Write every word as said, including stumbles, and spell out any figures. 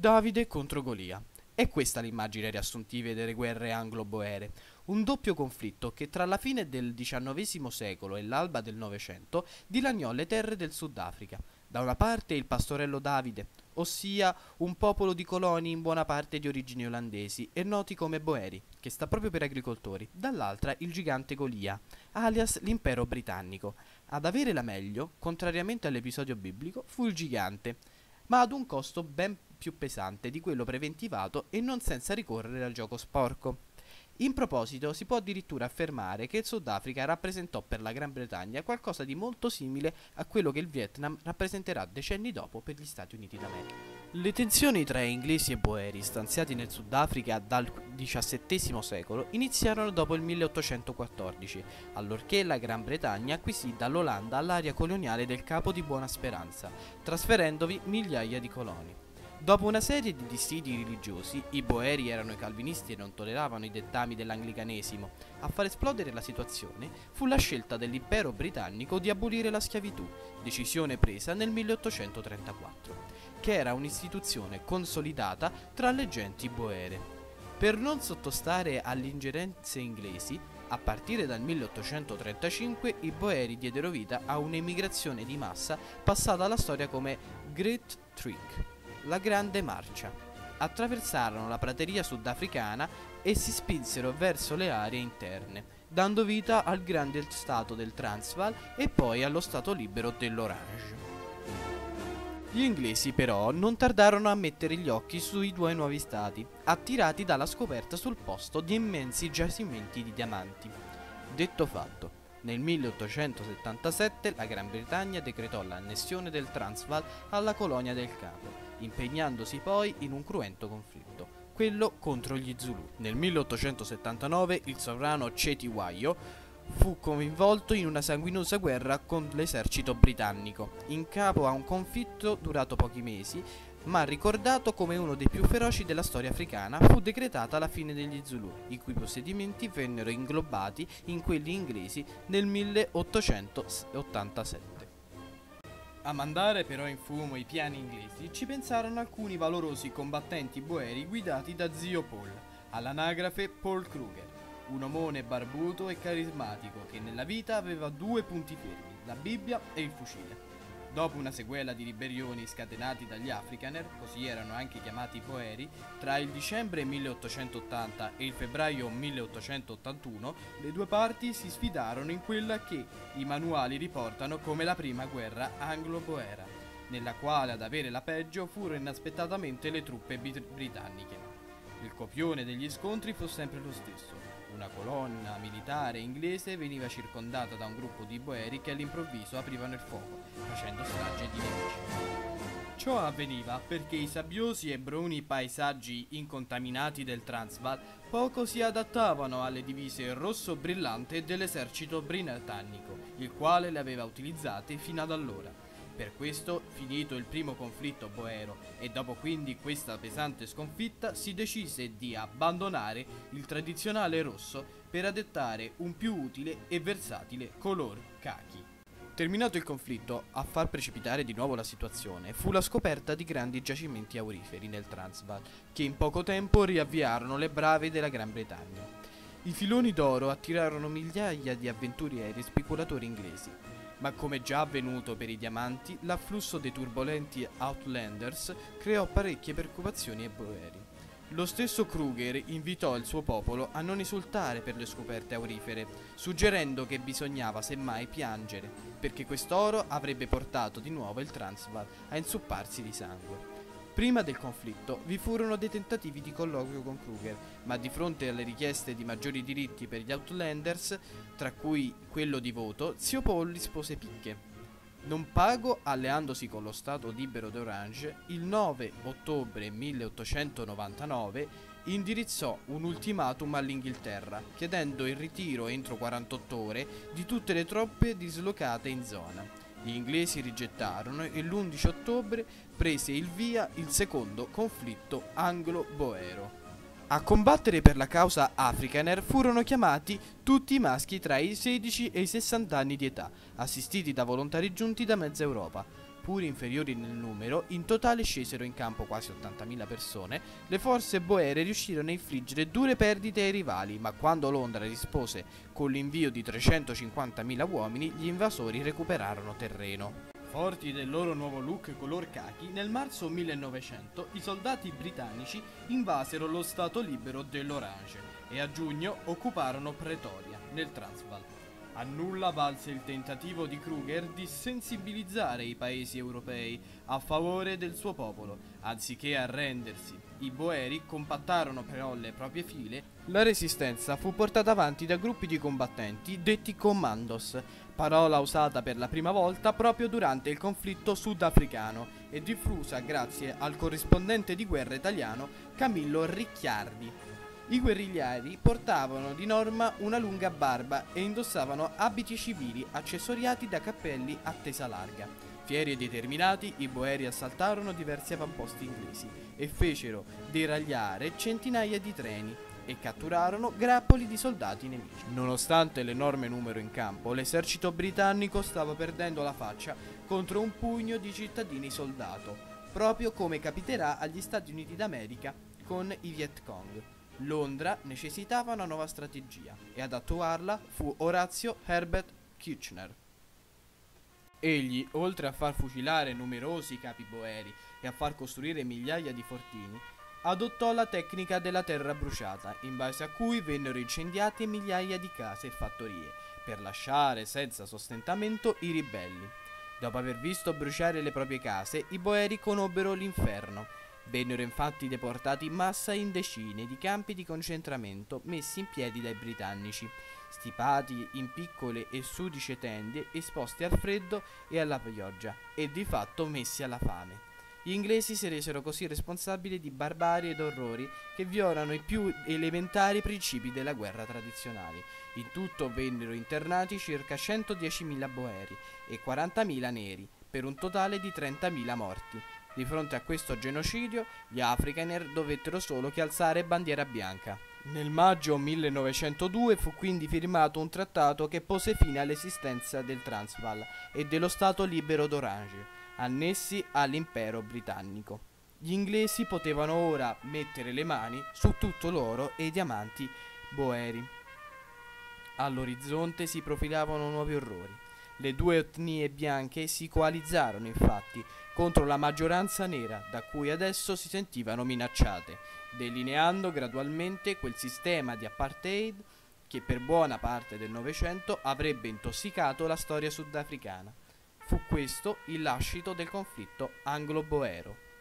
Davide contro Golia. È questa l'immagine riassuntiva delle guerre anglo-boere, un doppio conflitto che tra la fine del diciannovesimo secolo e l'alba del Novecento dilaniò le terre del Sudafrica. Da una parte il pastorello Davide, ossia un popolo di coloni in buona parte di origini olandesi e noti come Boeri, che sta proprio per agricoltori, dall'altra il gigante Golia, alias l'impero britannico. Ad avere la meglio, contrariamente all'episodio biblico, fu il gigante, ma ad un costo ben più pesante di quello preventivato e non senza ricorrere al gioco sporco. In proposito, si può addirittura affermare che il Sudafrica rappresentò per la Gran Bretagna qualcosa di molto simile a quello che il Vietnam rappresenterà decenni dopo per gli Stati Uniti d'America. Le tensioni tra inglesi e boeri stanziati nel Sudafrica dal diciassettesimo secolo iniziarono dopo il milleottocentoquattordici, allorché la Gran Bretagna acquisì dall'Olanda l'area coloniale del Capo di Buona Speranza, trasferendovi migliaia di coloni. Dopo una serie di dissidi religiosi, i boeri erano i calvinisti e non tolleravano i dettami dell'anglicanesimo. A far esplodere la situazione fu la scelta dell'impero britannico di abolire la schiavitù, decisione presa nel milleottocentotrentaquattro, che era un'istituzione consolidata tra le genti boere. Per non sottostare alle ingerenze inglesi, a partire dal milleottocentotrentacinque i boeri diedero vita a un'emigrazione di massa passata alla storia come Great Trek, la Grande Marcia. Attraversarono la prateria sudafricana e si spinsero verso le aree interne, dando vita al grande stato del Transvaal e poi allo stato libero dell'Orange. Gli inglesi però non tardarono a mettere gli occhi sui due nuovi stati, attirati dalla scoperta sul posto di immensi giacimenti di diamanti. Detto fatto, nel milleottocentosettantasette la Gran Bretagna decretò l'annessione del Transvaal alla colonia del Capo, impegnandosi poi in un cruento conflitto, quello contro gli Zulu. Nel milleottocentosettantanove il sovrano Cetshwayo fu coinvolto in una sanguinosa guerra con l'esercito britannico, in capo a un conflitto durato pochi mesi, ma ricordato come uno dei più feroci della storia africana. Fu decretata la fine degli Zulu, i cui possedimenti vennero inglobati in quelli inglesi nel milleottocentottantasette. A mandare però in fumo i piani inglesi ci pensarono alcuni valorosi combattenti boeri guidati da zio Paul, all'anagrafe Paul Kruger, un omone barbuto e carismatico che nella vita aveva due punti fermi, la Bibbia e il fucile. Dopo una sequela di ribellioni scatenati dagli Afrikaner, così erano anche chiamati boeri, tra il dicembre milleottocentottanta e il febbraio milleottocentottantuno, le due parti si sfidarono in quella che i manuali riportano come la prima guerra anglo-boera, nella quale ad avere la peggio furono inaspettatamente le truppe bit- britanniche. Il copione degli scontri fu sempre lo stesso. Una colonna militare inglese veniva circondata da un gruppo di boeri che all'improvviso aprivano il fuoco, facendo strage di nemici. Ciò avveniva perché i sabbiosi e bruni paesaggi incontaminati del Transvaal poco si adattavano alle divise rosso brillante dell'esercito britannico, il quale le aveva utilizzate fino ad allora. Per questo, finito il primo conflitto boero e dopo quindi questa pesante sconfitta, si decise di abbandonare il tradizionale rosso per adottare un più utile e versatile color khaki. Terminato il conflitto, a far precipitare di nuovo la situazione fu la scoperta di grandi giacimenti auriferi nel Transvaal, che in poco tempo riavviarono le brave della Gran Bretagna. I filoni d'oro attirarono migliaia di avventurieri e speculatori inglesi. Ma come già avvenuto per i diamanti, l'afflusso dei turbolenti Outlanders creò parecchie preoccupazioni ai boeri. Lo stesso Kruger invitò il suo popolo a non esultare per le scoperte aurifere, suggerendo che bisognava semmai piangere, perché quest'oro avrebbe portato di nuovo il Transvaal a insupparsi di sangue. Prima del conflitto vi furono dei tentativi di colloquio con Kruger, ma di fronte alle richieste di maggiori diritti per gli Outlanders, tra cui quello di voto, zio Paul rispose picche. Non pago, alleandosi con lo Stato libero d'Orange, il nove ottobre milleottocentonovantanove indirizzò un ultimatum all'Inghilterra, chiedendo il ritiro entro quarantotto ore di tutte le truppe dislocate in zona. Gli inglesi rigettarono e l'undici ottobre prese il via il secondo conflitto anglo-boero. A combattere per la causa Afrikaner furono chiamati tutti i maschi tra i sedici e i sessanta anni di età, assistiti da volontari giunti da mezza Europa. seppur inferiori nel numero, in totale scesero in campo quasi ottantamila persone, le forze boere riuscirono a infliggere dure perdite ai rivali, ma quando Londra rispose con l'invio di trecentocinquantamila uomini, gli invasori recuperarono terreno. Forti del loro nuovo look color khaki, nel marzo millenovecento i soldati britannici invasero lo stato libero dell'Orange e a giugno occuparono Pretoria, nel Transvaal. A nulla valse il tentativo di Kruger di sensibilizzare i paesi europei a favore del suo popolo. Anziché arrendersi, i boeri compattarono però le proprie file. La resistenza fu portata avanti da gruppi di combattenti detti commandos, parola usata per la prima volta proprio durante il conflitto sudafricano e diffusa grazie al corrispondente di guerra italiano Camillo Ricciardi. I guerriglieri portavano di norma una lunga barba e indossavano abiti civili accessoriati da cappelli a tesa larga. Fieri e determinati, i boeri assaltarono diversi avamposti inglesi e fecero deragliare centinaia di treni e catturarono grappoli di soldati nemici. Nonostante l'enorme numero in campo, l'esercito britannico stava perdendo la faccia contro un pugno di cittadini soldato, proprio come capiterà agli Stati Uniti d'America con i Viet Cong. Londra necessitava una nuova strategia e ad attuarla fu Horatio Herbert Kitchener. Egli, oltre a far fucilare numerosi capi boeri e a far costruire migliaia di fortini, adottò la tecnica della terra bruciata, in base a cui vennero incendiate migliaia di case e fattorie, per lasciare senza sostentamento i ribelli. Dopo aver visto bruciare le proprie case, i boeri conobbero l'inferno. Vennero infatti deportati in massa in decine di campi di concentramento messi in piedi dai britannici, stipati in piccole e sudice tende, esposti al freddo e alla pioggia, e di fatto messi alla fame. Gli inglesi si resero così responsabili di barbarie ed orrori che violano i più elementari principi della guerra tradizionali. In tutto vennero internati circa centodiecimila boeri e quarantamila neri, per un totale di trentamila morti. Di fronte a questo genocidio, gli Afrikaner dovettero solo che alzare bandiera bianca. Nel maggio millenovecentodue fu quindi firmato un trattato che pose fine all'esistenza del Transvaal e dello Stato libero d'Orange, annessi all'impero britannico. Gli inglesi potevano ora mettere le mani su tutto l'oro e i diamanti boeri. All'orizzonte si profilavano nuovi orrori. Le due etnie bianche si coalizzarono infatti contro la maggioranza nera, da cui adesso si sentivano minacciate, delineando gradualmente quel sistema di apartheid che per buona parte del Novecento avrebbe intossicato la storia sudafricana. Fu questo il lascito del conflitto anglo-boero.